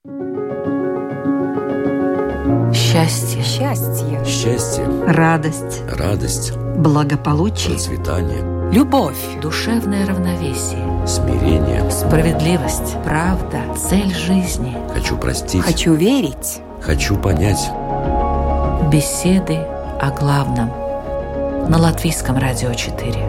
Счастье. Счастье. Счастье. Радость. Радость. Благополучие. Процветание. Любовь. Душевное равновесие. Смирение. Справедливость. Правда. Цель жизни. Хочу простить. Хочу верить. Хочу понять. Беседы о главном. На Латвийском радио 4.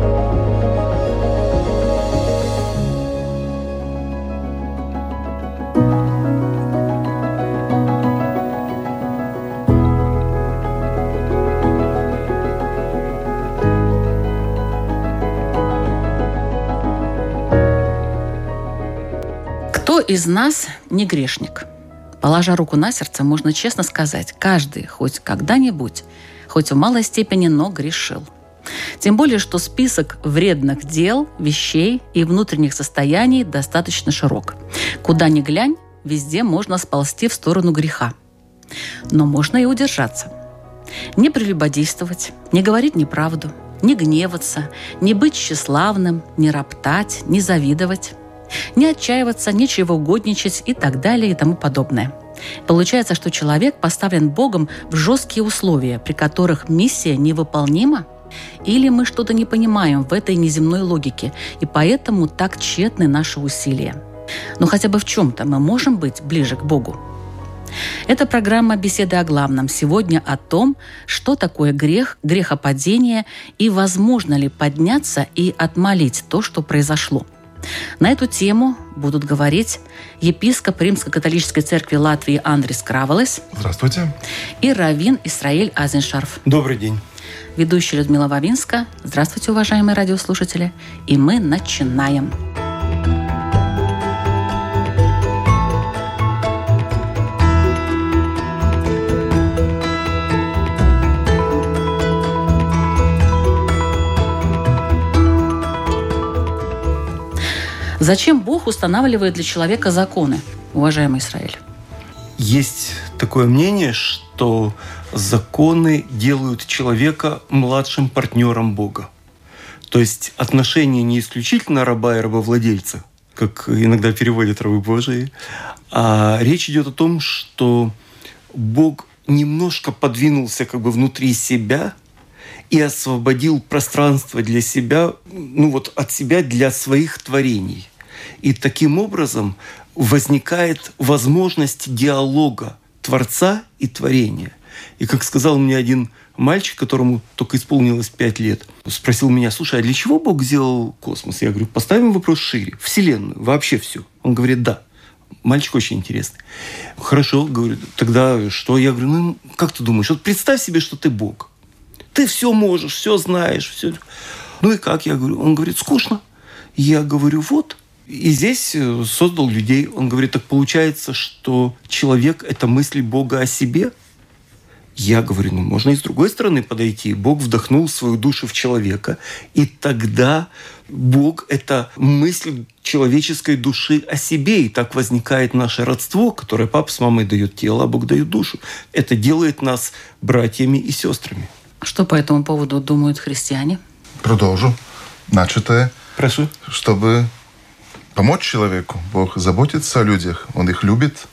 Кто из нас не грешник? Положа руку на сердце, можно честно сказать, каждый хоть когда-нибудь, хоть в малой степени, но грешил. Тем более, что список вредных дел, вещей и внутренних состояний достаточно широк. Куда ни глянь, везде можно сползти в сторону греха. Но можно и удержаться. Не прелюбодействовать, не говорить неправду, не гневаться, не быть тщеславным, не роптать, не завидовать, не отчаиваться, не чревоугодничать и так далее и тому подобное. Получается, что человек поставлен Богом в жесткие условия, при которых миссия невыполнима, или мы что-то не понимаем в этой неземной логике, и поэтому так тщетны наши усилия. Но хотя бы в чем-то мы можем быть ближе к Богу. Это программа «Беседы о главном». Сегодня о том, что такое грех, грехопадение и возможно ли подняться и отмолить то, что произошло. На эту тему будут говорить епископ Римско-католической церкви Латвии Андрис Кравалес. Здравствуйте. И раввин Исраэль Азеншарф. Добрый день. Ведущая Людмила Вавинска. Здравствуйте, уважаемые радиослушатели. И мы начинаем. Зачем Бог устанавливает для человека законы, уважаемый Исраэль? Есть такое мнение, что законы делают человека младшим партнером Бога. То есть отношения не исключительно раба и рабовладельца, как иногда переводят рабы Божии, а речь идет о том, что Бог немножко подвинулся внутри себя и освободил пространство для себя, от себя для своих творений. И таким образом возникает возможность диалога Творца и творения. И как сказал мне один мальчик, которому только исполнилось 5 лет, спросил меня: слушай, а для чего Бог сделал космос? Я говорю, поставим вопрос шире. Вселенную, вообще все. Он говорит, да. Мальчик очень интересный. Хорошо, говорю, тогда что? Я говорю, как ты думаешь? Вот представь себе, что ты Бог. Ты все можешь, все знаешь, все. Ну и как? Я говорю, он говорит, скучно. Я говорю, вот. И здесь создал людей. Он говорит, так получается, что человек – это мысли Бога о себе? Я говорю, можно и с другой стороны подойти. Бог вдохнул свою душу в человека, и тогда Бог – это мысль человеческой души о себе. И так возникает наше родство, которое папа с мамой дает тело, а Бог дает душу. Это делает нас братьями и сестрами. Что по этому поводу думают христиане? Продолжу. Начатое. Прошу. Чтобы помочь человеку. Бог заботится о людях. Он их любит.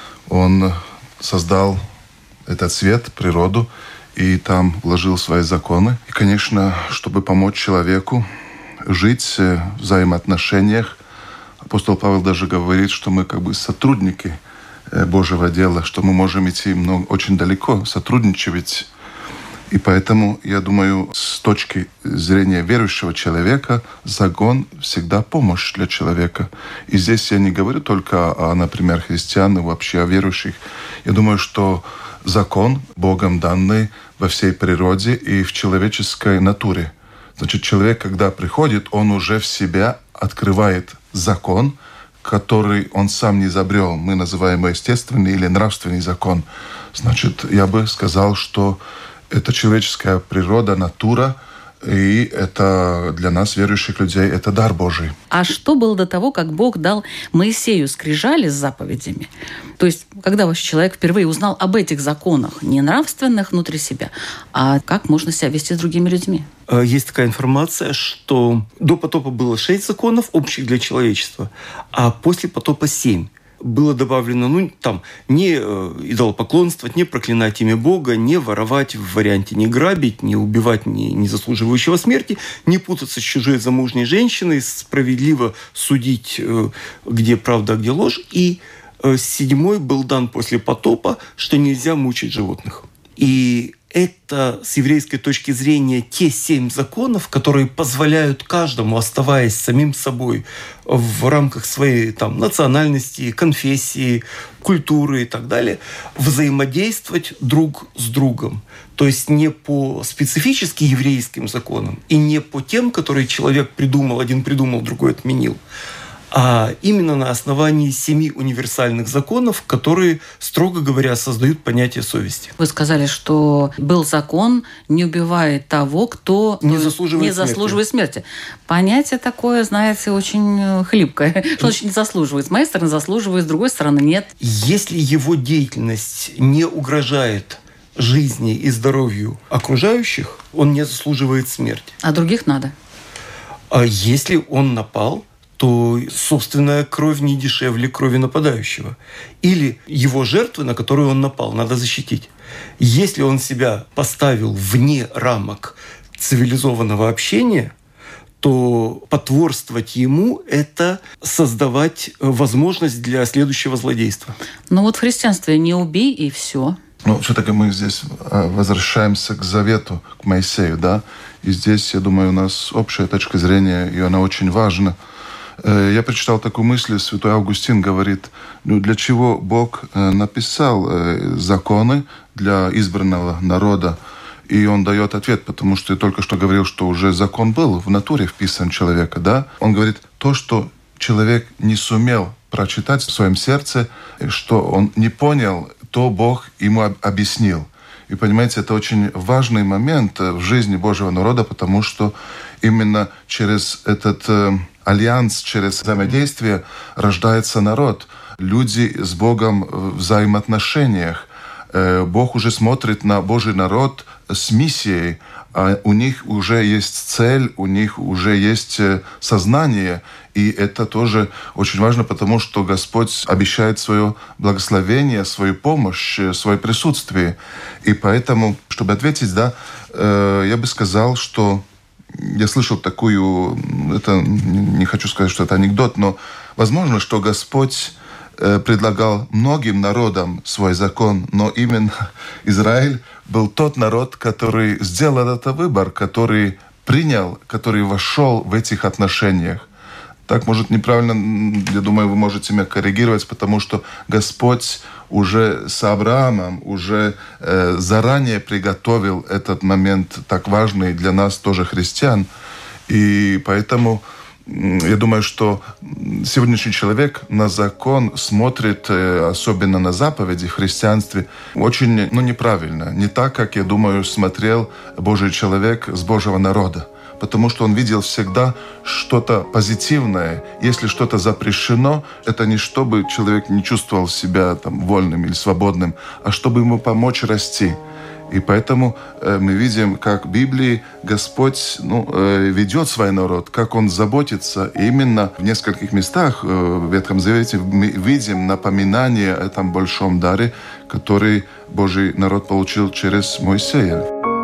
Он создал этот свет, природу, и там вложил свои законы. И, конечно, чтобы помочь человеку жить в взаимоотношениях, апостол Павел даже говорит, что мы сотрудники Божьего дела, что мы можем идти очень далеко, сотрудничать. И поэтому, я думаю, с точки зрения верующего человека, закон всегда помощь для человека. И здесь я не говорю только о, например, христианах, вообще о верующих. Я думаю, что закон Богом данный во всей природе и в человеческой натуре. Значит, человек, когда приходит, он уже в себя открывает закон, который он сам не изобрел. Мы называем его естественный или нравственный закон. Значит, я бы сказал, что это человеческая природа, натура, и это для нас, верующих людей, это дар Божий. А что было до того, как Бог дал Моисею скрижали с заповедями? То есть, когда вообще человек впервые узнал об этих законах, не нравственных внутри себя, а как можно себя вести с другими людьми? Есть такая информация, что до потопа было 6 законов, общих для человечества, а после потопа 7. было добавлено, не идолопоклонствовать, не проклинать имя Бога, не воровать в варианте не грабить, не убивать не заслуживающего смерти, не путаться с чужой замужней женщиной, справедливо судить, где правда, а где ложь. И 7-й был дан после потопа, что нельзя мучить животных. И это, с еврейской точки зрения, те 7 законов, которые позволяют каждому, оставаясь самим собой в рамках своей национальности, конфессии, культуры и так далее, взаимодействовать друг с другом. То есть не по специфически еврейским законам и не по тем, которые человек придумал, один придумал, другой отменил, а именно на основании 7 универсальных законов, которые, строго говоря, создают понятие совести. Вы сказали, что был закон «не убивай того, кто не заслуживает смерти». Понятие такое, знаете, очень хлипкое. Что значит не заслуживает? С моей стороны заслуживает, с другой стороны нет. Если его деятельность не угрожает жизни и здоровью окружающих, он не заслуживает смерти. А других надо? А если он напал, то собственная кровь не дешевле крови нападающего. Или его жертвы, на которую он напал, надо защитить. Если он себя поставил вне рамок цивилизованного общения, то потворствовать ему – это создавать возможность для следующего злодейства. В христианстве не убей и все. Все-таки мы здесь возвращаемся к завету, к Моисею, да? И здесь, я думаю, у нас общая точка зрения, и она очень важна. Я прочитал такую мысль, святой Августин говорит, для чего Бог написал законы для избранного народа. И он дает ответ, потому что я только что говорил, что уже закон был в натуре вписан человека. Да? Он говорит, то, что человек не сумел прочитать в своем сердце, что он не понял, то Бог ему объяснил. И понимаете, это очень важный момент в жизни Божьего народа, потому что именно через этот альянс, через взаимодействие рождается народ. Люди с Богом в взаимоотношениях. Бог уже смотрит на Божий народ с миссией. У них уже есть цель, у них уже есть сознание. И это тоже очень важно, потому что Господь обещает свое благословение, свою помощь, свое присутствие. И поэтому, чтобы ответить, я бы сказал, что я слышал такую, это не хочу сказать, что это анекдот, но возможно, что Господь предлагал многим народам свой закон, но именно Израиль был тот народ, который сделал этот выбор, который принял, который вошел в этих отношениях. Так, может, неправильно, я думаю, вы можете меня коррегировать, потому что Господь уже с Авраамом, уже заранее приготовил этот момент так важный для нас, тоже христиан. И поэтому я думаю, что сегодняшний человек на закон смотрит, особенно на заповеди в христианстве, очень неправильно. Не так, как, я думаю, смотрел Божий человек с Божьего народа. Потому что он видел всегда что-то позитивное. Если что-то запрещено, это не чтобы человек не чувствовал себя вольным или свободным, а чтобы ему помочь расти. И поэтому мы видим, как в Библии Господь ведет свой народ, как Он заботится. И именно в нескольких местах в Ветхом Завете мы видим напоминание о этом большом даре, который Божий народ получил через Моисея.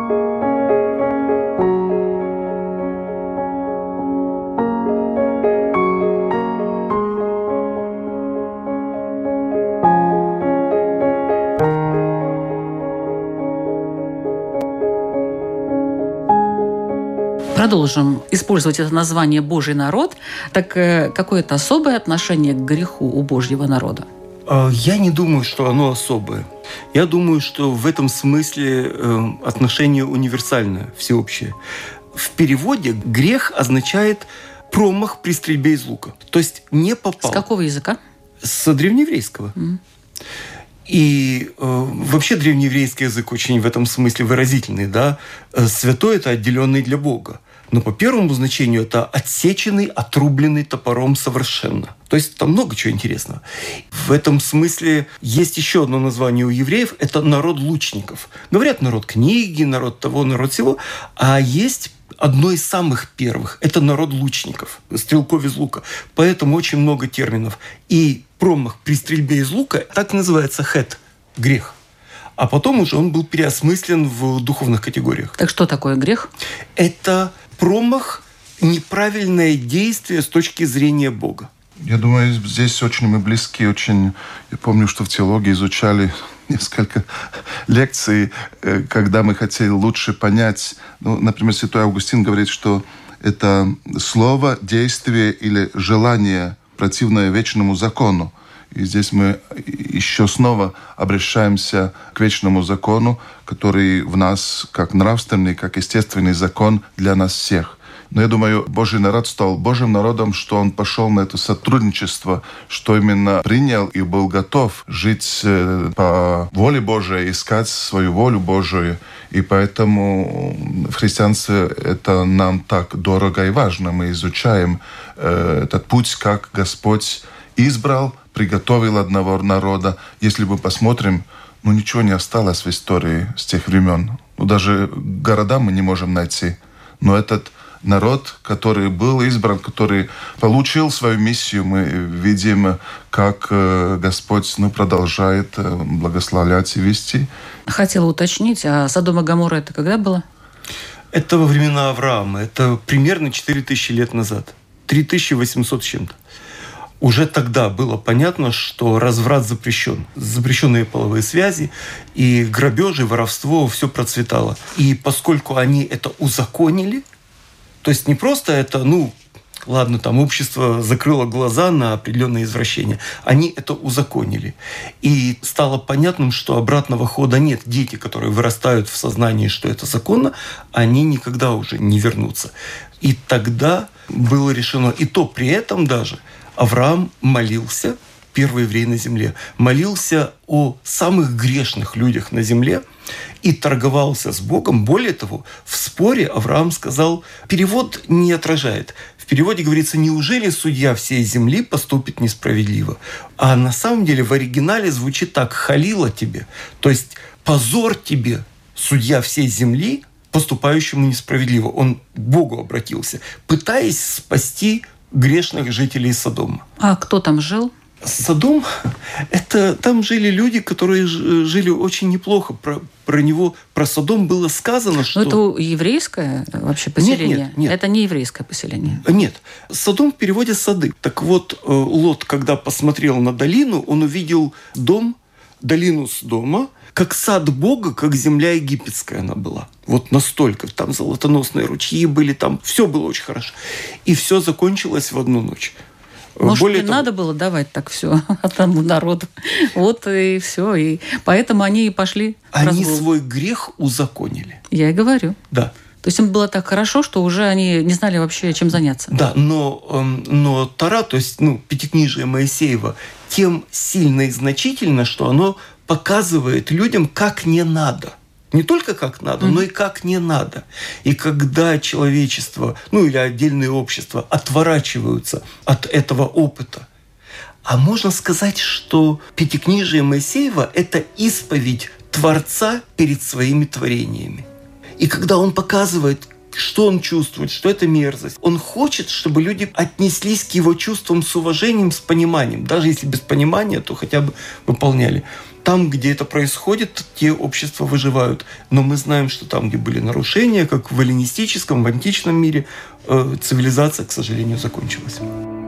Продолжим использовать это название «Божий народ». Так какое-то особое отношение к греху у Божьего народа? Я не думаю, что оно особое. Я думаю, что в этом смысле отношение универсальное, всеобщее. В переводе грех означает промах при стрельбе из лука. То есть не попал. С какого языка? С древнееврейского. И вообще древнееврейский язык очень в этом смысле выразительный. Да? Святой – это отделенный для Бога. Но по первому значению это отсеченный, отрубленный топором совершенно. То есть там много чего интересного. В этом смысле есть еще одно название у евреев – это народ лучников. Говорят, народ книги, народ того, народ сего. А есть одно из самых первых – это народ лучников, стрелков из лука. Поэтому очень много терминов. И промах при стрельбе из лука, так и называется хет, грех. А потом уже он был переосмыслен в духовных категориях. Так что такое грех? Это промах, неправильное действие с точки зрения Бога. Я думаю, здесь очень мы близки, очень... Я помню, что в теологии изучали несколько лекций, когда мы хотели лучше понять. Ну, например, святой Августин говорит, что это слово, действие или желание, противное вечному закону. И здесь мы еще снова обращаемся к вечному закону, который в нас как нравственный, как естественный закон для нас всех. Но я думаю, Божий народ стал Божьим народом, что он пошел на это сотрудничество, что именно принял и был готов жить по воле Божией, искать свою волю Божию. И поэтому в христианстве это нам так дорого и важно. Мы изучаем этот путь, как Господь избрал, приготовил одного народа. Если мы посмотрим, ничего не осталось в истории с тех времен. Даже города мы не можем найти. Но этот народ, который был избран, который получил свою миссию, мы видим, как Господь продолжает благословлять и вести. Хотела уточнить, а Содом и Гоморра это когда было? Это во времена Авраама. Это примерно 4000 лет назад. 3800 с чем-то. Уже тогда было понятно, что разврат запрещен. Запрещенные половые связи и грабежи, воровство, все процветало. И поскольку они это узаконили, то есть не просто это, ладно, там общество закрыло глаза на определенные извращения. Они это узаконили. И стало понятным, что обратного хода нет. Дети, которые вырастают в сознании, что это законно, они никогда уже не вернутся. И тогда было решено, и то при этом даже Авраам молился, первый еврей на земле, молился о самых грешных людях на земле, и торговался с Богом. Более того, в споре Авраам сказал, перевод не отражает. В переводе говорится, неужели судья всей земли поступит несправедливо? А на самом деле в оригинале звучит так, халила тебе. То есть позор тебе, судья всей земли, поступающему несправедливо. Он к Богу обратился, пытаясь спасти грешных жителей Содома. А кто там жил? Содом, там жили люди, которые жили очень неплохо. Про Содом было сказано, что... Но это еврейское вообще поселение? Нет. Это не еврейское поселение? Нет. Содом в переводе «сады». Так вот, Лот, когда посмотрел на долину, он увидел долину Содома, как сад Бога, как земля египетская она была. Вот настолько. Там золотоносные ручьи были, там все было очень хорошо. И все закончилось в одну ночь. Может, не надо было давать так все одному народу. Вот и все. И поэтому они и пошли в разгул. Они свой грех узаконили. Я и говорю. Да. То есть им было так хорошо, что уже они не знали вообще, чем заняться. Да, но Тора, то есть Пятикнижие Моисеева, тем сильно и значительно, что оно показывает людям, как не надо. Не только как надо, но и как не надо. И когда человечество, или отдельные общества отворачиваются от этого опыта, а можно сказать, что Пятикнижие Моисеева – это исповедь Творца перед своими творениями. И когда он показывает, что он чувствует, что это мерзость, он хочет, чтобы люди отнеслись к его чувствам с уважением, с пониманием. Даже если без понимания, то хотя бы выполняли. Там, где это происходит, те общества выживают. Но мы знаем, что там, где были нарушения, как в эллинистическом, в античном мире, цивилизация, к сожалению, закончилась.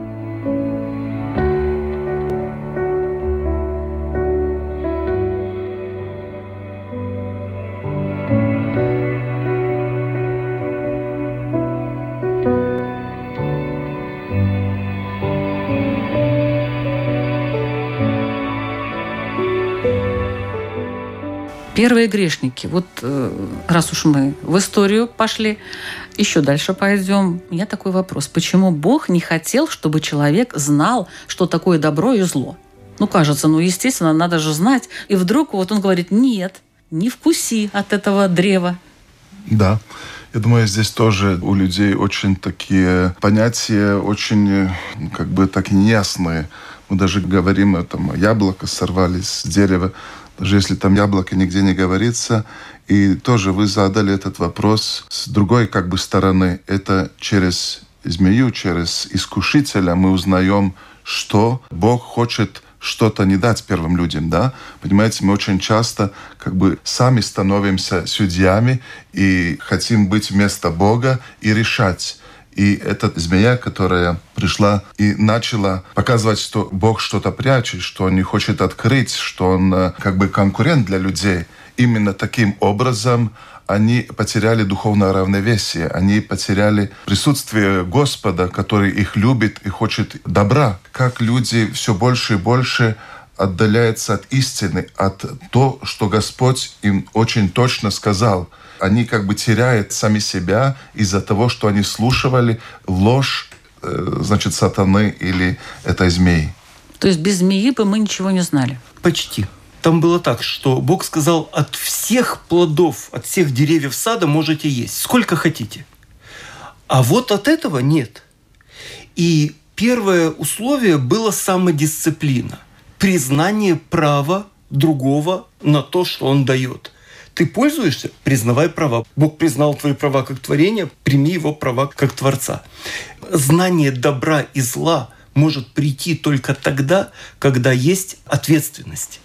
Первые грешники. Вот раз уж мы в историю пошли, еще дальше пойдем. У меня такой вопрос. Почему Бог не хотел, чтобы человек знал, что такое добро и зло? Кажется, естественно, надо же знать. И вдруг он говорит, нет, не вкуси от этого древа. Да. Я думаю, здесь тоже у людей очень такие понятия, очень так неясные. Мы даже говорим, яблоко сорвали с дерева. Даже если там яблоко нигде не говорится. И тоже вы задали этот вопрос с другой стороны. Это через змею, через искушителя мы узнаем, что Бог хочет что-то не дать первым людям, да? Понимаете, мы очень часто сами становимся судьями и хотим быть вместо Бога и решать. И эта змея, которая пришла и начала показывать, что Бог что-то прячет, что Он не хочет открыть, что Он конкурент для людей, именно таким образом они потеряли духовное равновесие, они потеряли присутствие Господа, который их любит и хочет добра. Как люди все больше и больше отдаляются от истины, от того, что Господь им очень точно сказал. Они теряют сами себя из-за того, что они слушали ложь, сатаны или этой змеи. То есть без змеи бы мы ничего не знали? Почти. Там было так, что Бог сказал: от всех плодов, от всех деревьев сада можете есть, сколько хотите. А вот от этого нет. И первое условие было самодисциплина. Признание права другого на то, что он дает. Ты пользуешься – признавай права. Бог признал твои права как творение, прими его права как Творца. Знание добра и зла может прийти только тогда, когда есть ответственность.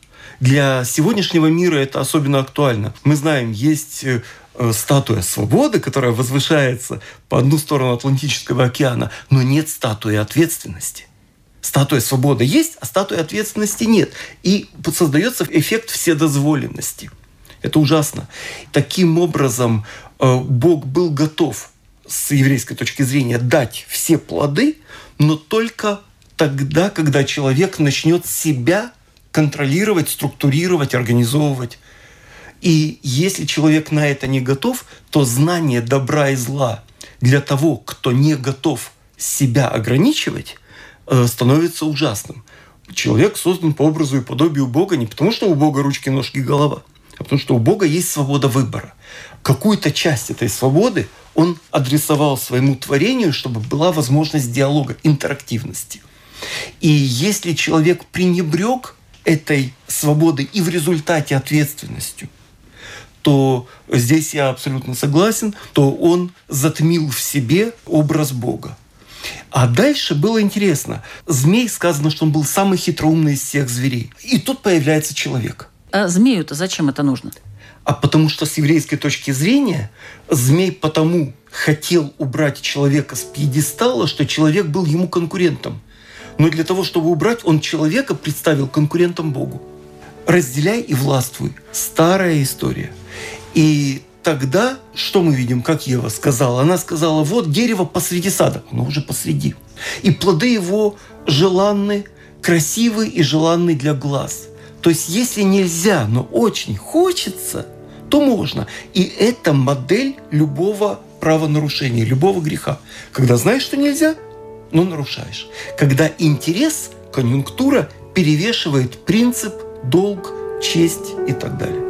Для сегодняшнего мира это особенно актуально. Мы знаем, есть статуя свободы, которая возвышается по одну сторону Атлантического океана, но нет статуи ответственности. Статуя свободы есть, а статуи ответственности нет. И создается эффект вседозволенности. Это ужасно. Таким образом, Бог был готов с еврейской точки зрения дать все плоды, но только тогда, когда человек начнет себя контролировать, структурировать, организовывать. И если человек на это не готов, то знание добра и зла для того, кто не готов себя ограничивать, становится ужасным. Человек создан по образу и подобию Бога не потому, что у Бога ручки, ножки, голова, а потому что у Бога есть свобода выбора. Какую-то часть этой свободы Он адресовал своему творению, чтобы была возможность диалога, интерактивности. И если человек пренебрег этой свободой и в результате ответственностью, то здесь я абсолютно согласен, то он затмил в себе образ Бога. А дальше было интересно. Змей, сказано, что он был самый хитроумный из всех зверей. И тут появляется человек. А змею-то зачем это нужно? А потому что с еврейской точки зрения змей потому хотел убрать человека с пьедестала, что человек был ему конкурентом. Но для того, чтобы убрать, он человека представил конкурентом Богу. «Разделяй и властвуй» – старая история. И тогда, что мы видим, как Ева сказала? Она сказала: вот дерево посреди сада. Оно уже посреди. И плоды его желанны, красивы и желанны для глаз. То есть, если нельзя, но очень хочется, то можно. И это модель любого правонарушения, любого греха. Когда знаешь, что нельзя, но нарушаешь. Когда интерес, конъюнктура перевешивает принцип, долг, честь и так далее.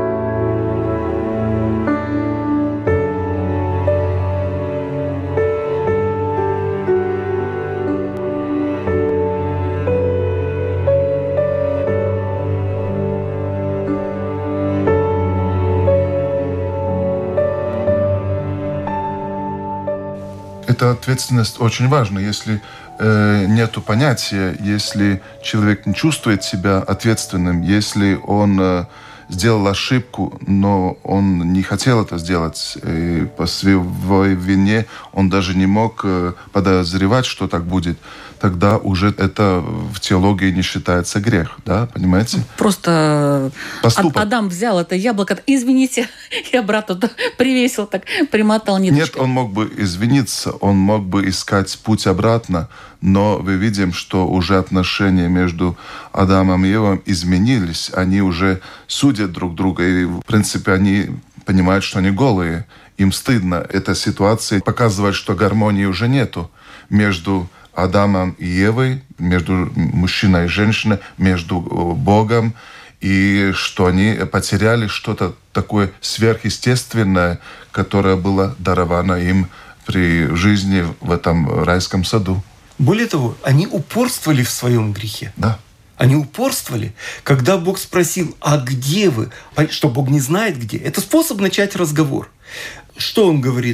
Эта ответственность очень важна. Если нету понятия, если человек не чувствует себя ответственным, если он сделал ошибку, но он не хотел это сделать, и по своей вине он даже не мог подозревать, что так будет, тогда уже это в теологии не считается грех, да, понимаете? Просто поступок. Адам взял это яблоко, извините, я брату привесил, так примотал ниточкой. Нет, он мог бы извиниться, он мог бы искать путь обратно, но мы видим, что уже отношения между Адамом и Евой изменились. Они уже судят друг друга, и, в принципе, они понимают, что они голые. Им стыдно. Эта ситуация показывает, что гармонии уже нету между Адамом и Евой, между мужчиной и женщиной, между Богом, и что они потеряли что-то такое сверхъестественное, которое было даровано им при жизни в этом райском саду. Более того, они упорствовали в своем грехе. Да. Они упорствовали. Когда Бог спросил: а где вы? Что Бог не знает где? Это способ начать разговор. Что он говорит?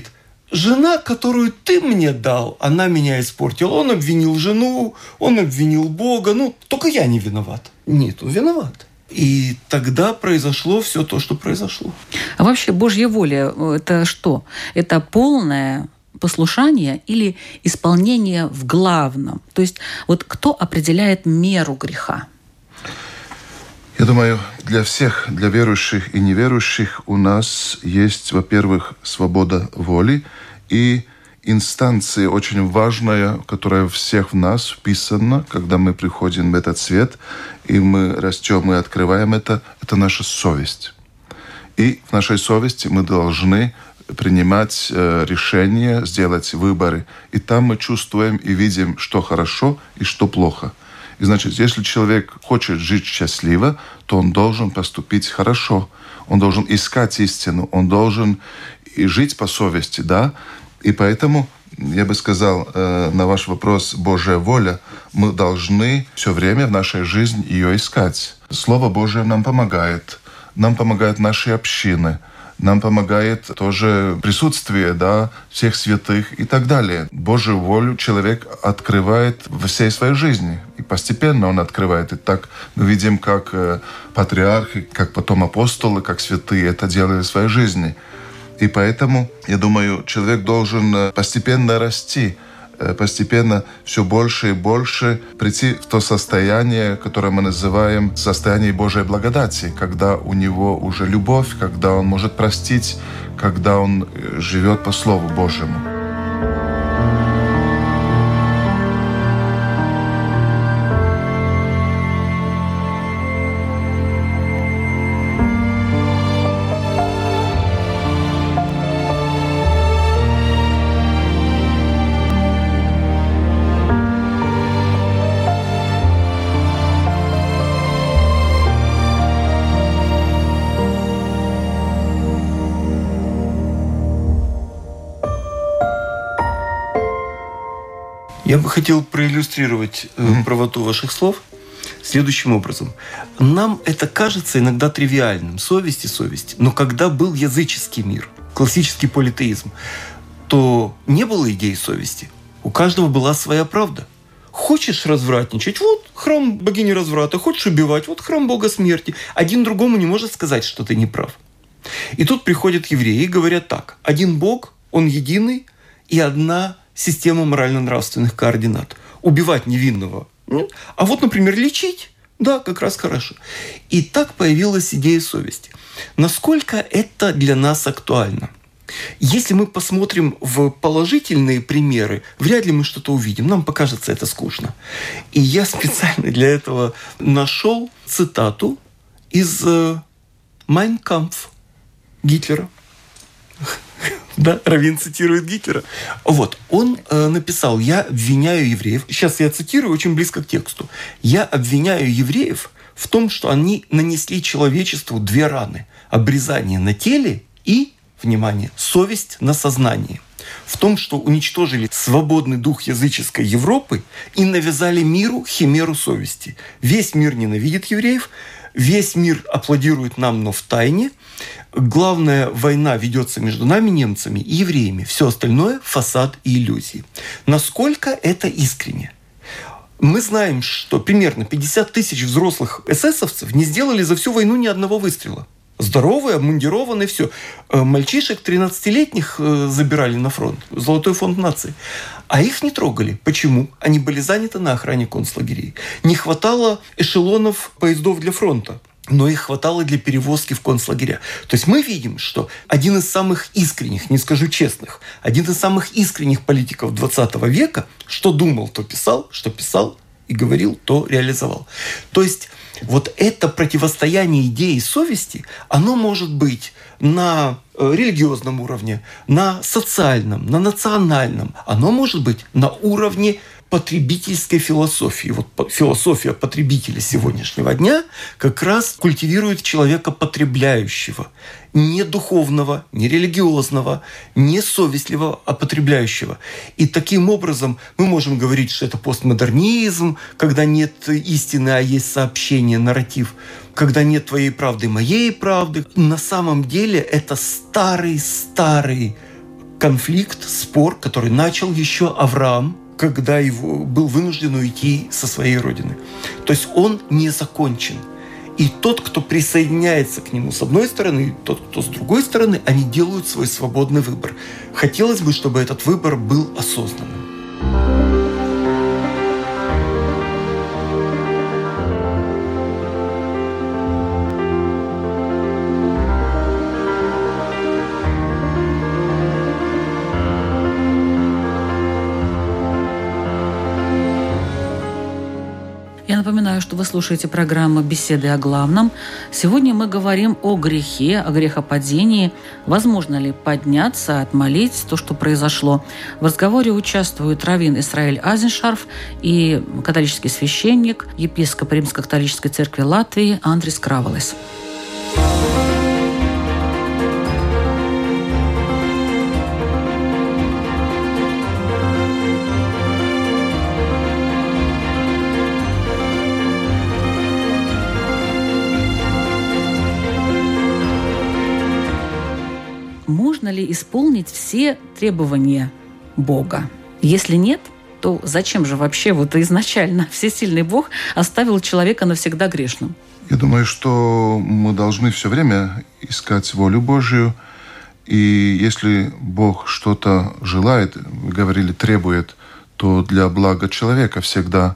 жена, которую ты мне дал, она меня испортила. Он обвинил жену, он обвинил Бога. Только я не виноват. Нет, он виноват. И тогда произошло все то, что произошло. А вообще Божья воля – это что? Это полное послушание или исполнение в главном? То есть вот кто определяет меру греха? Я думаю, для всех, для верующих и неверующих у нас есть, во-первых, свобода воли и инстанция очень важная, которая у всех в нас вписана, когда мы приходим в этот свет, и мы растем, мы открываем это наша совесть. И в нашей совести мы должны принимать решения, сделать выборы. И там мы чувствуем и видим, что хорошо и что плохо. И значит, если человек хочет жить счастливо, то он должен поступить хорошо. Он должен искать истину, он должен и жить по совести, да? И поэтому, я бы сказал, на ваш вопрос «Божья воля», мы должны все время в нашей жизни ее искать. Слово Божие нам помогает наши общины, нам помогает тоже присутствие, да, всех святых и так далее. Божью волю человек открывает во всей своей жизни. И постепенно он открывает. И так мы видим, как патриархи, как потом апостолы, как святые это делали в своей жизни. И поэтому, я думаю, человек должен постепенно расти, постепенно все больше и больше прийти в то состояние, которое мы называем состояние Божьей благодати, когда у него уже любовь, когда он может простить, когда он живет по Слову Божьему. Я бы хотел проиллюстрировать правоту ваших слов следующим образом. Нам это кажется иногда тривиальным. Совесть. Но когда был языческий мир, классический политеизм, то не было идеи совести. У каждого была своя правда. Хочешь развратничать? Вот храм богини разврата. Хочешь убивать? Вот храм бога смерти. Один другому не может сказать, что ты не прав. И тут приходят евреи и говорят так. Один Бог, Он единый, и одна система морально-нравственных координат. Убивать невинного. Нет? А вот, например, лечить. Да, как раз хорошо. И так появилась идея совести. Насколько это для нас актуально? Если мы посмотрим в положительные примеры, вряд ли мы что-то увидим. Нам покажется это скучно. И я специально для этого нашел цитату из «Mein Kampf» Гитлера. Да, Раввин цитирует Гитлера. Вот, он написал: «Я обвиняю евреев». Сейчас я цитирую очень близко к тексту. «Я обвиняю евреев в том, что они нанесли человечеству две раны. Обрезание на теле и, внимание, совесть на сознании. В том, что уничтожили свободный дух языческой Европы и навязали миру химеру совести. Весь мир ненавидит евреев, весь мир аплодирует нам, но в тайне. Главная война ведется между нами, немцами, и евреями. Все остальное – фасад и иллюзии». Насколько это искренне? Мы знаем, что примерно 50 тысяч взрослых эсэсовцев не сделали за всю войну ни одного выстрела. Здоровые, обмундированные, все. Мальчишек 13-летних забирали на фронт. Золотой фонд нации. А их не трогали. Почему? Они были заняты на охране концлагерей. Не хватало эшелонов поездов для фронта, но их хватало для перевозки в концлагеря. То есть мы видим, что один из самых искренних, не скажу честных, один из самых искренних политиков 20 века, что думал, то писал, что писал и говорил, то реализовал. То есть вот это противостояние идеи совести, оно может быть на религиозном уровне, на социальном, на национальном. Оно может быть на уровне потребительской философии. Вот философия потребителя сегодняшнего дня как раз культивирует человека потребляющего. Не духовного, не религиозного, не совестливого, а потребляющего. И таким образом мы можем говорить, что это постмодернизм, когда нет истины, а есть сообщение, нарратив, когда нет твоей правды, моей правды. На самом деле это старый конфликт, спор, который начал еще Авраам, когда его был вынужден уйти со своей родины. То есть он не закончен. И тот, кто присоединяется к нему с одной стороны, и тот, кто с другой стороны, они делают свой свободный выбор. Хотелось бы, чтобы этот выбор был осознанным. Я напоминаю, что вы слушаете программу «Беседы о главном». Сегодня мы говорим о грехе, о грехопадении. Возможно ли подняться, отмолить то, что произошло? В разговоре участвуют раввин Исраэль Азеншарф и католический священник, епископ Римско-католической церкви Латвии Андрис Кравалес. Можно ли исполнить все требования Бога? Если нет, то зачем же вообще изначально всесильный Бог оставил человека навсегда грешным? Я думаю, что мы должны все время искать волю Божию. И если Бог что-то желает, вы говорили, требует, то для блага человека всегда.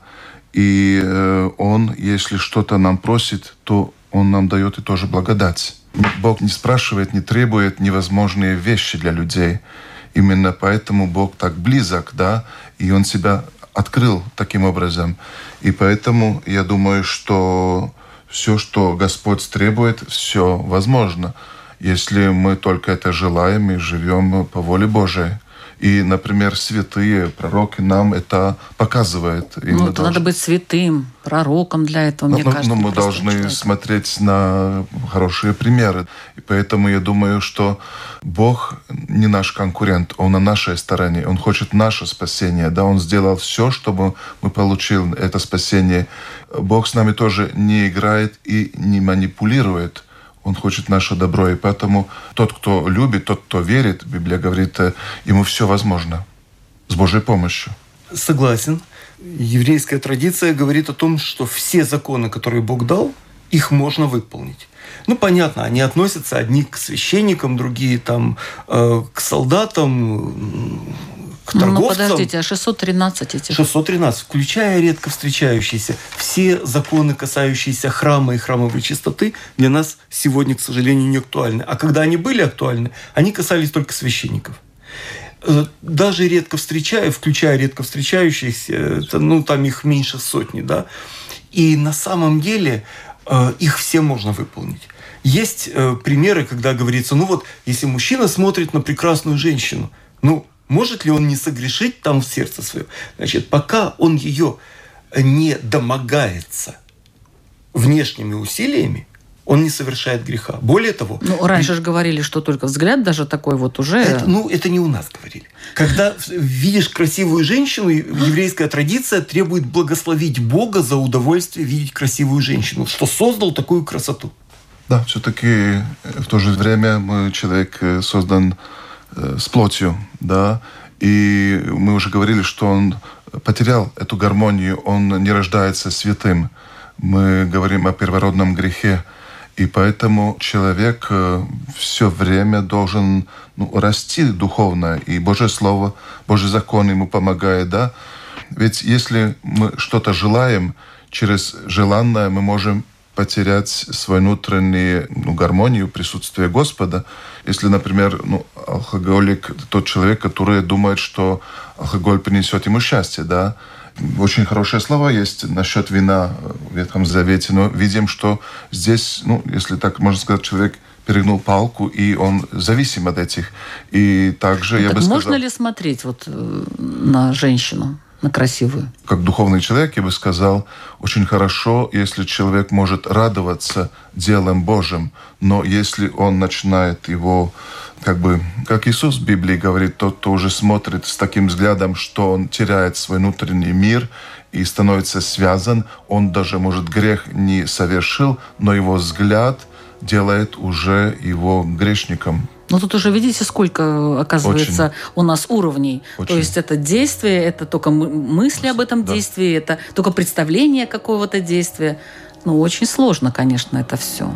И Он, если что-то нам просит, то Он нам дает и тоже благодать. Бог не спрашивает, не требует невозможные вещи для людей. Именно поэтому Бог так близок, да, и Он себя открыл таким образом. И поэтому я думаю, что все, что Господь требует, все возможно, если мы только это желаем и живем по воле Божией. И, например, святые пророки нам это показывают. Надо быть святым, пророком для этого, мне кажется. Но мы должны смотреть на хорошие примеры. И поэтому я думаю, что Бог не наш конкурент, Он на нашей стороне. Он хочет наше спасение. Да? Он сделал все, чтобы мы получили это спасение. Бог с нами тоже не играет и не манипулирует. Он хочет наше добро, и поэтому тот, кто любит, тот, кто верит, Библия говорит, ему все возможно с Божьей помощью. Согласен. Еврейская традиция говорит о том, что все законы, которые Бог дал, их можно выполнить. Понятно, они относятся одни к священникам, другие к солдатам, к торговцам. Подождите, а 613 этих? 613, включая редко встречающиеся. Все законы, касающиеся храма и храмовой чистоты, для нас сегодня, к сожалению, не актуальны. А когда они были актуальны, они касались только священников. Даже включая редко встречающихся, там их меньше сотни, да. И на самом деле их все можно выполнить. Есть примеры, когда говорится, если мужчина смотрит на прекрасную женщину, может ли он не согрешить там в сердце своем? Значит, пока он ее не домогается внешними усилиями, он не совершает греха. Более того... раньше же говорили, что только взгляд даже такой уже... Это не у нас говорили. Когда видишь красивую женщину, еврейская традиция требует благословить Бога за удовольствие видеть красивую женщину, что создал такую красоту. Да, все-таки в то же время человек создан с плотью, да, и мы уже говорили, что он потерял эту гармонию, он не рождается святым. Мы говорим о первородном грехе, и поэтому человек все время должен расти духовно, и Божье Слово, Божий закон ему помогает, да. Ведь если мы что-то желаем, через желанное мы можем потерять свою внутреннюю гармонию, присутствие Господа. Если, например, алкоголик – тот человек, который думает, что алкоголь принесет ему счастье, да. Очень хорошие слова есть насчет вина в Ветхом Завете, но видим, что здесь, если так можно сказать, человек перегнул палку, и он зависим от этих. И также, я бы сказал... Можно ли смотреть на женщину? На красивую. Как духовный человек, я бы сказал, очень хорошо, если человек может радоваться делом Божьим, но если он начинает его, как Иисус в Библии говорит, тот, кто уже смотрит с таким взглядом, что он теряет свой внутренний мир и становится связан, он даже, может, грех не совершил, но его взгляд делает уже его грешником. Но тут уже видите, сколько, оказывается, у нас уровней. Очень. То есть это действие, это только мысли об этом действии, это только представление какого-то действия. Ну, очень сложно, конечно, это все.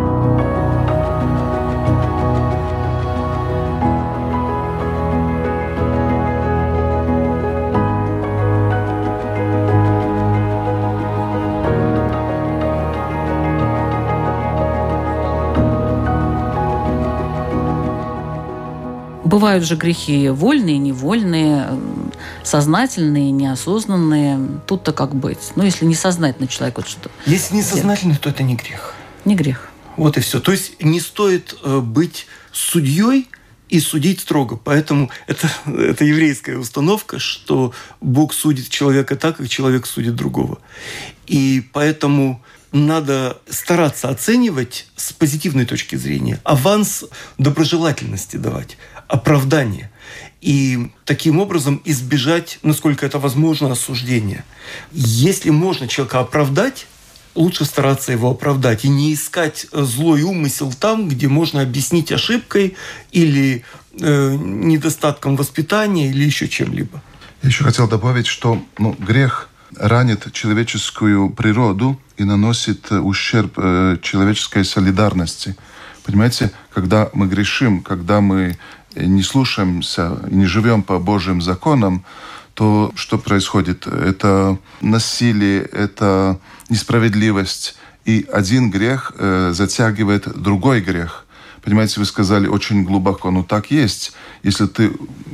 Бывают же грехи вольные, невольные, сознательные, неосознанные. Тут-то как быть? Ну, если несознательный человек, вот что. Если несознательный, то это не грех. Не грех. Вот и все. То есть не стоит быть судьей и судить строго. Поэтому это еврейская установка, что Бог судит человека так, как человек судит другого. И поэтому надо стараться оценивать с позитивной точки зрения, аванс доброжелательности давать, оправдание. И таким образом избежать, насколько это возможно, осуждения. Если можно человека оправдать, лучше стараться его оправдать и не искать злой умысел там, где можно объяснить ошибкой или недостатком воспитания или еще чем-либо. Я еще хотел добавить, что грех ранит человеческую природу и наносит ущерб человеческой солидарности. Понимаете, когда мы грешим, когда мы не слушаемся и не живем по Божьим законам, то что происходит? Это насилие, это несправедливость. И один грех затягивает другой грех. Понимаете, вы сказали очень глубоко, но так есть. Если ты,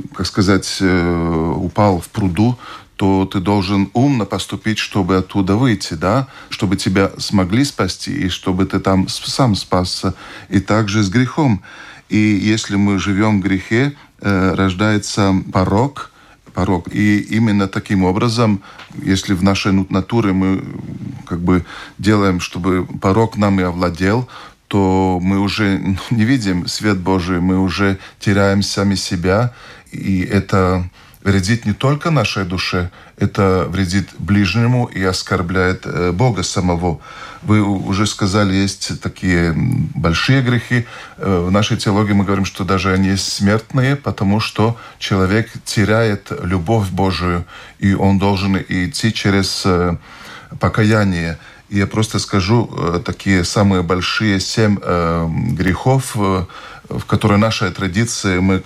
упал в пруду, то ты должен умно поступить, чтобы оттуда выйти, да? Чтобы тебя смогли спасти, и чтобы ты там сам спасся. И также с грехом. И если мы живем в грехе, рождается порок. И именно таким образом, если в нашей натуре мы делаем, чтобы порок нами овладел, то мы уже не видим свет Божий, мы уже теряем сами себя. И это вредит не только нашей душе, это вредит ближнему и оскорбляет Бога самого. Вы уже сказали, есть такие большие грехи. В нашей теологии мы говорим, что даже они есть смертные, потому что человек теряет любовь Божию, и он должен идти через покаяние. И я просто скажу такие самые большие 7 грехов, в которые нашей традиции мы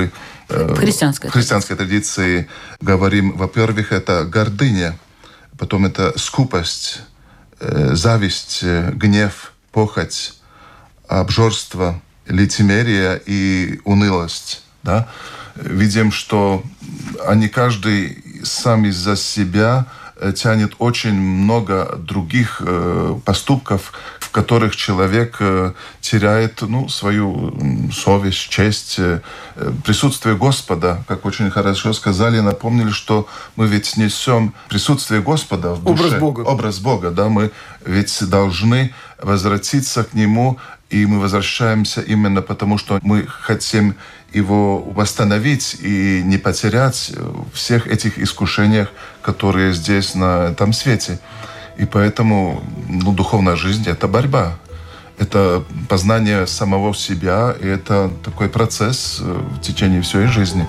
в христианской традиции говорим. Во-первых, это гордыня, потом это скупость, зависть, гнев, похоть, обжорство, лицемерие и унылость. Да? Видим, что они каждый сам из-за себя тянет очень много других поступков, в которых человек теряет свою совесть, честь, присутствие Господа. Как очень хорошо сказали, напомнили, что мы ведь несем присутствие Господа в душе. Образ Бога. Да? Мы ведь должны возвратиться к Нему, и мы возвращаемся именно потому, что мы хотим его восстановить и не потерять всех этих искушениях, которые здесь на этом свете. И поэтому духовная жизнь – это борьба. Это познание самого себя, и это такой процесс в течение всей жизни.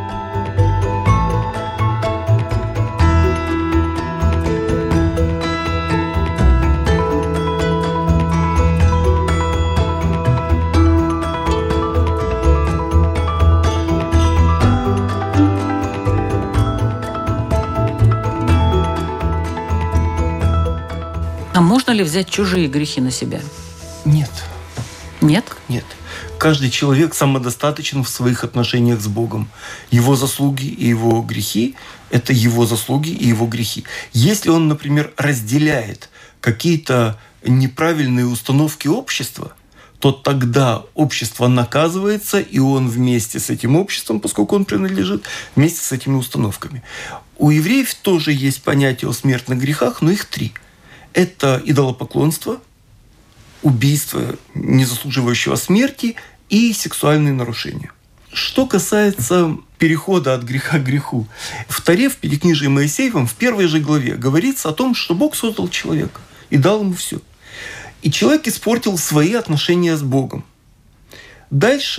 А можно ли взять чужие грехи на себя? Нет. Нет? Нет. Каждый человек самодостаточен в своих отношениях с Богом. Его заслуги и его грехи – это его заслуги и его грехи. Если он, например, разделяет какие-то неправильные установки общества, то тогда общество наказывается, и он вместе с этим обществом, поскольку он принадлежит, вместе с этими установками. У евреев тоже есть понятие о смертных грехах, но их 3. Это идолопоклонство, убийство, не заслуживающего смерти, и сексуальные нарушения. Что касается перехода от греха к греху, в Торе, в Пятикнижии Моисеевом, в 1 же главе говорится о том, что Бог создал человека и дал ему все. И человек испортил свои отношения с Богом. Дальше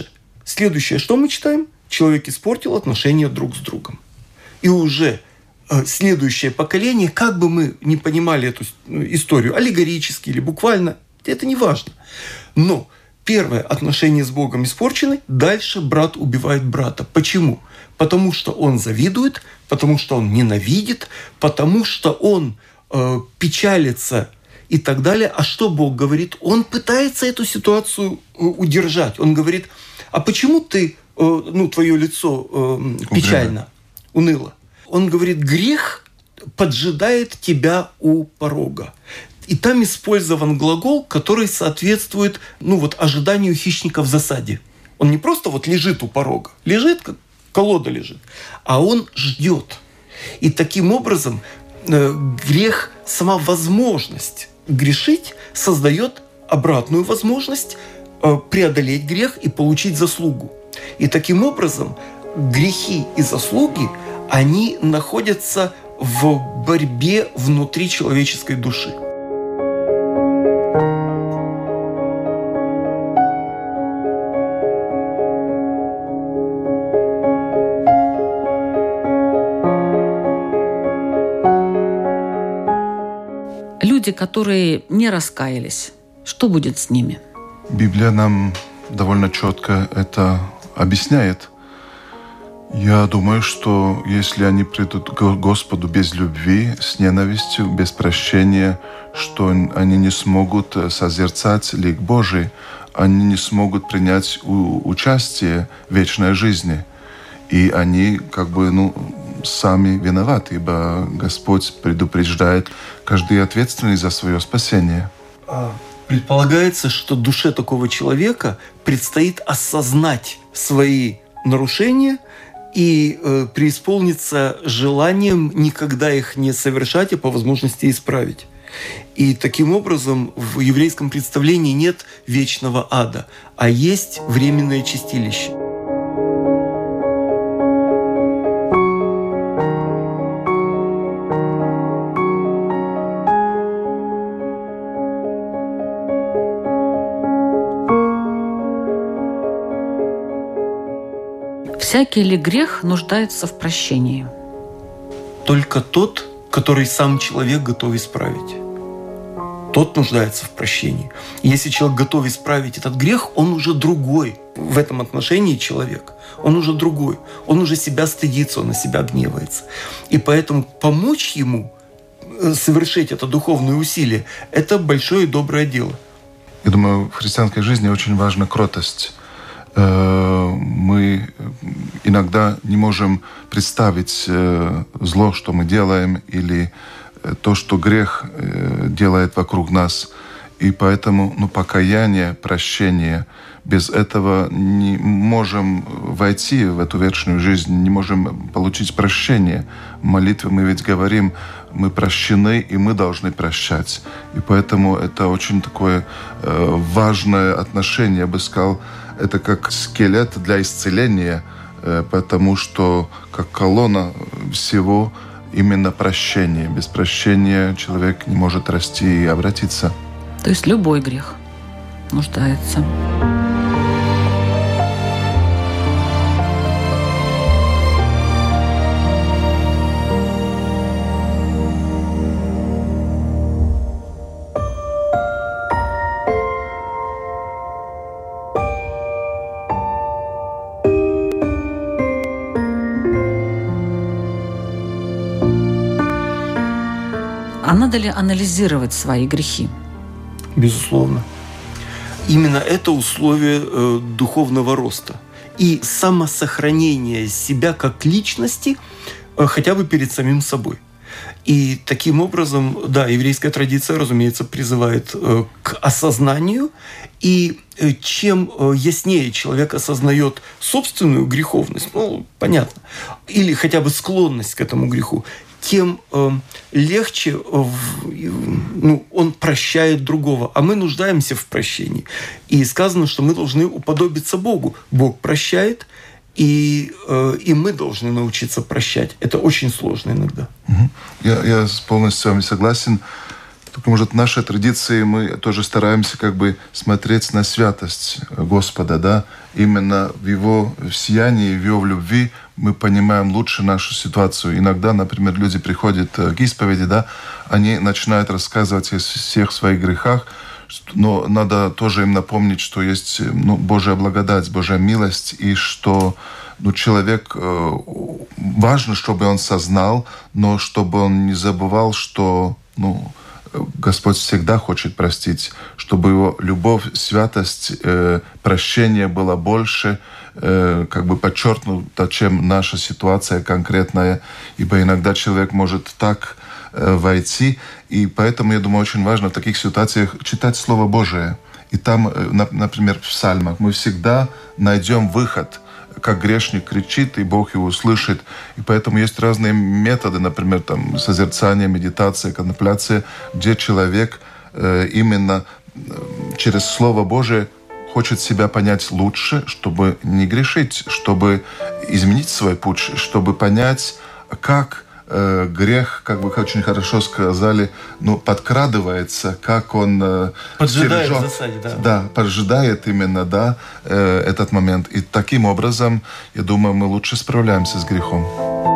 следующее, что мы читаем? Человек испортил отношения друг с другом. И уже следующее поколение, как бы мы ни понимали эту историю, аллегорически или буквально, это не важно. Но первое, отношения с Богом испорчены, дальше брат убивает брата. Почему? Потому что он завидует, потому что он ненавидит, потому что он печалится и так далее. А что Бог говорит? Он пытается эту ситуацию удержать. Он говорит, а почему ты, твое лицо печально, уныло? Он говорит, грех поджидает тебя у порога. И там использован глагол, который соответствует ожиданию хищника в засаде. Он не просто лежит у порога, лежит, как колода лежит, а он ждет. И таким образом грех, сама возможность грешить, создает обратную возможность преодолеть грех и получить заслугу. И таким образом грехи и заслуги, они находятся в борьбе внутри человеческой души. Люди, которые не раскаялись, что будет с ними? Библия нам довольно четко это объясняет. Я думаю, что если они придут к Господу без любви, с ненавистью, без прощения, что они не смогут созерцать лик Божий, они не смогут принять участие в вечной жизни. И они сами виноваты, ибо Господь предупреждает каждый ответственный за свое спасение. Предполагается, что душе такого человека предстоит осознать свои нарушения и преисполниться желанием никогда их не совершать, а по возможности исправить. И таким образом в еврейском представлении нет вечного ада, а есть временное чистилище. Всякий ли грех нуждается в прощении? Только тот, который сам человек готов исправить. Тот нуждается в прощении. И если человек готов исправить этот грех, он уже другой в этом отношении человек. Он уже другой. Он уже себя стыдится, он на себя гневается. И поэтому помочь ему совершить это духовное усилие – это большое и доброе дело. Я думаю, в христианской жизни очень важна кротость. Мы иногда не можем представить зло, что мы делаем, или то, что грех делает вокруг нас. И поэтому покаяние, прощение, без этого не можем войти в эту вечную жизнь, не можем получить прощение. В молитве мы ведь говорим, мы прощены, и мы должны прощать. И поэтому это очень такое важное отношение, я бы сказал, это как скелет для исцеления, потому что как колонна всего именно прощение. Без прощения человек не может расти и обратиться. То есть любой грех нуждается. А надо ли анализировать свои грехи? Безусловно. Именно это условие духовного роста и самосохранения себя как личности хотя бы перед самим собой. И таким образом, да, еврейская традиция, разумеется, призывает к осознанию. И чем яснее человек осознает собственную греховность, понятно, или хотя бы склонность к этому греху, тем легче он прощает другого. А мы нуждаемся в прощении. И сказано, что мы должны уподобиться Богу. Бог прощает, и мы должны научиться прощать. Это очень сложно иногда. Я полностью с вами согласен. Только, может, в нашей традиции мы тоже стараемся как бы смотреть на святость Господа, да, именно в Его сиянии, в Его любви мы понимаем лучше нашу ситуацию. Иногда, например, люди приходят к исповеди, да, они начинают рассказывать о всех своих грехах, но надо тоже им напомнить, что есть Божья благодать, Божья милость, и что человек, важно, чтобы он сознал, но чтобы он не забывал, что Господь всегда хочет простить, чтобы Его любовь, святость, прощение было больше, как бы подчеркнуто, чем наша ситуация конкретная, ибо иногда человек может так войти, и поэтому, я думаю, очень важно в таких ситуациях читать Слово Божие. И там, например, в псальмах мы всегда найдем выход, как грешник кричит, и Бог его услышит. И поэтому есть разные методы, например, там, созерцание, медитация, конtemplaция, где человек именно через Слово Божие хочет себя понять лучше, чтобы не грешить, чтобы изменить свой путь, чтобы понять, как грех, как вы очень хорошо сказали, подкрадывается, как он поджидает в засаде, да. Да, поджидает именно, да, этот момент. И таким образом, я думаю, мы лучше справляемся с грехом.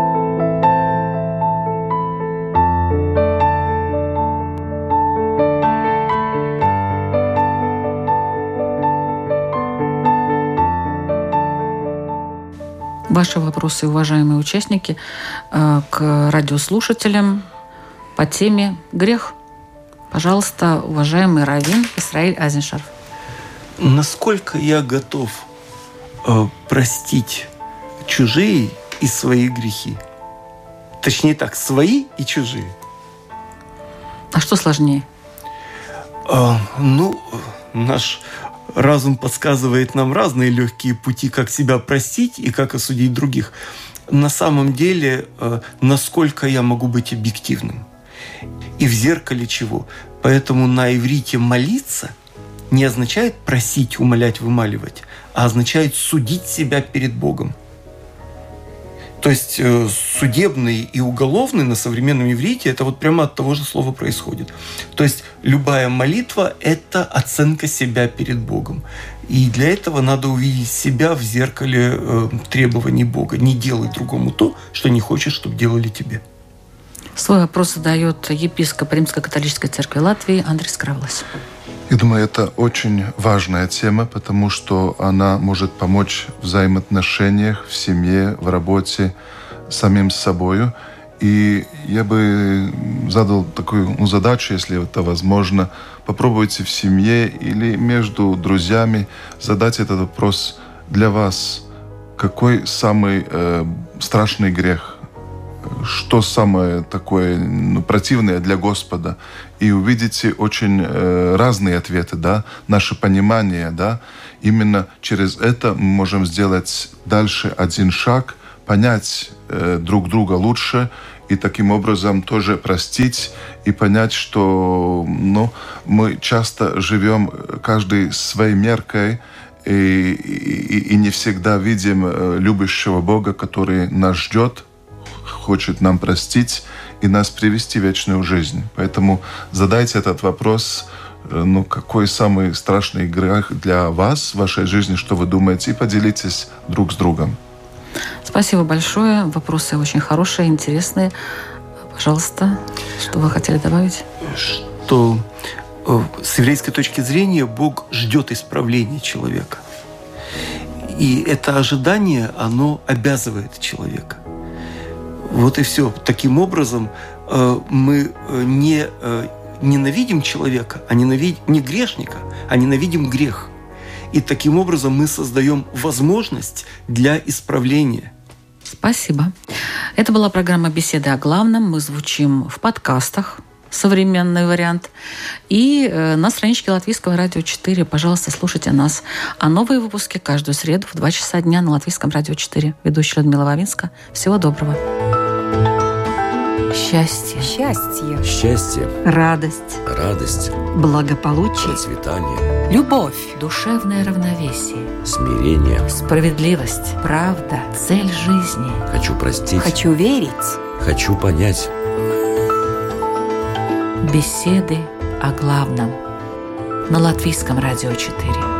Ваши вопросы, уважаемые участники, к радиослушателям по теме «Грех». Пожалуйста, уважаемый раввин Исраиль Азиншарф. Насколько я готов простить чужие и свои грехи? Точнее так, свои и чужие. А что сложнее? Наш разум подсказывает нам разные легкие пути, как себя простить и как осудить других. На самом деле, насколько я могу быть объективным? И в зеркале чего? Поэтому на иврите молиться не означает просить, умолять, вымаливать, а означает судить себя перед Богом. То есть судебный и уголовный на современном иврите это вот прямо от того же слова происходит. То есть любая молитва – это оценка себя перед Богом. И для этого надо увидеть себя в зеркале требований Бога. Не делай другому то, что не хочешь, чтобы делали тебе. Свой вопрос задает епископ Римско-католической церкви Латвии Андрей Скравлас. Я думаю, это очень важная тема, потому что она может помочь в взаимоотношениях, в семье, в работе, самим собой. И я бы задал такую задачу, если это возможно, попробуйте в семье или между друзьями задать этот вопрос для вас. Какой самый страшный грех? Что самое такое противное для Господа? И увидите очень разные ответы, да, наше понимание, да. Именно через это мы можем сделать дальше один шаг, понять друг друга лучше и таким образом тоже простить и понять, что мы часто живем каждый своей меркой и не всегда видим любящего Бога, который нас ждет, хочет нам простить и нас привести в вечную жизнь. Поэтому задайте этот вопрос, какой самый страшный грех для вас в вашей жизни, что вы думаете, и поделитесь друг с другом. Спасибо большое. Вопросы очень хорошие, интересные. Пожалуйста, что вы хотели добавить? Что с еврейской точки зрения Бог ждет исправления человека. И это ожидание, оно обязывает человека. Вот и все. Таким образом, мы не ненавидим человека, не грешника, а ненавидим грех. И таким образом мы создаем возможность для исправления. Спасибо. Это была программа «Беседы о главном». Мы звучим в подкастах, современный вариант, и на страничке Латвийского радио 4. Пожалуйста, слушайте нас. А новые выпуски каждую среду в 2 часа дня на Латвийском радио 4. Ведущая Людмила Вавинска. Всего доброго. Счастье. Счастье. Счастье. Радость. Радость. Благополучие. Процветание. Любовь. Душевное равновесие. Смирение. Справедливость. Правда. Цель жизни. Хочу простить. Хочу верить. Хочу понять. Беседы о главном на Латвийском радио 4.